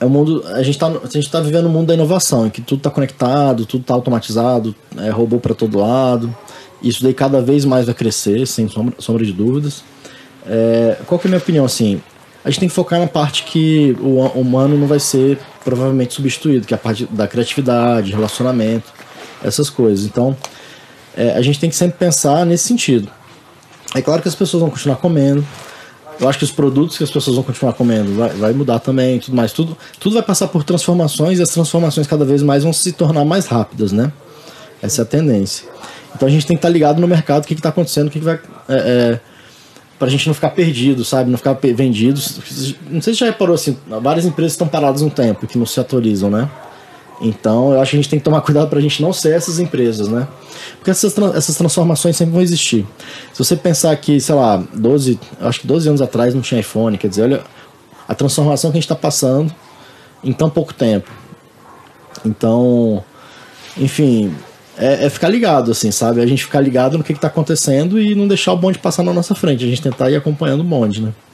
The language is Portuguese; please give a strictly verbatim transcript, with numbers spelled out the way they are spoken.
é o mundo, a gente está a gente tá vivendo um mundo da inovação, em que tudo está conectado, tudo está automatizado, é robô para todo lado. Isso daí cada vez mais vai crescer, sem sombra, sombra de dúvidas. É, qual que é a minha opinião, assim? A gente tem que focar na parte que o humano não vai ser provavelmente substituído, que é a parte da criatividade, relacionamento, essas coisas. Então, é, a gente tem que sempre pensar nesse sentido. É claro que as pessoas vão continuar comendo. Eu acho que os produtos que as pessoas vão continuar comendo vai, vai mudar também, tudo mais. Tudo, tudo vai passar por transformações, e as transformações cada vez mais vão se tornar mais rápidas, né? Essa é a tendência. Então a gente tem que estar ligado no mercado, o que está acontecendo, o que, que vai... É, é, pra gente não ficar perdido, sabe? Não ficar vendido. Não sei se já reparou, assim, várias empresas estão paradas um tempo, que não se atualizam, né? Então eu acho que a gente tem que tomar cuidado pra gente não ser essas empresas, né? Porque essas, essas transformações sempre vão existir. Se você pensar que, sei lá, doze, acho que doze anos atrás não tinha iPhone, quer dizer, olha a transformação que a gente está passando em tão pouco tempo. Então, enfim, é, é ficar ligado, assim, sabe? A gente ficar ligado no que está acontecendo e não deixar o bonde passar na nossa frente. A gente tentar ir acompanhando o bonde, né?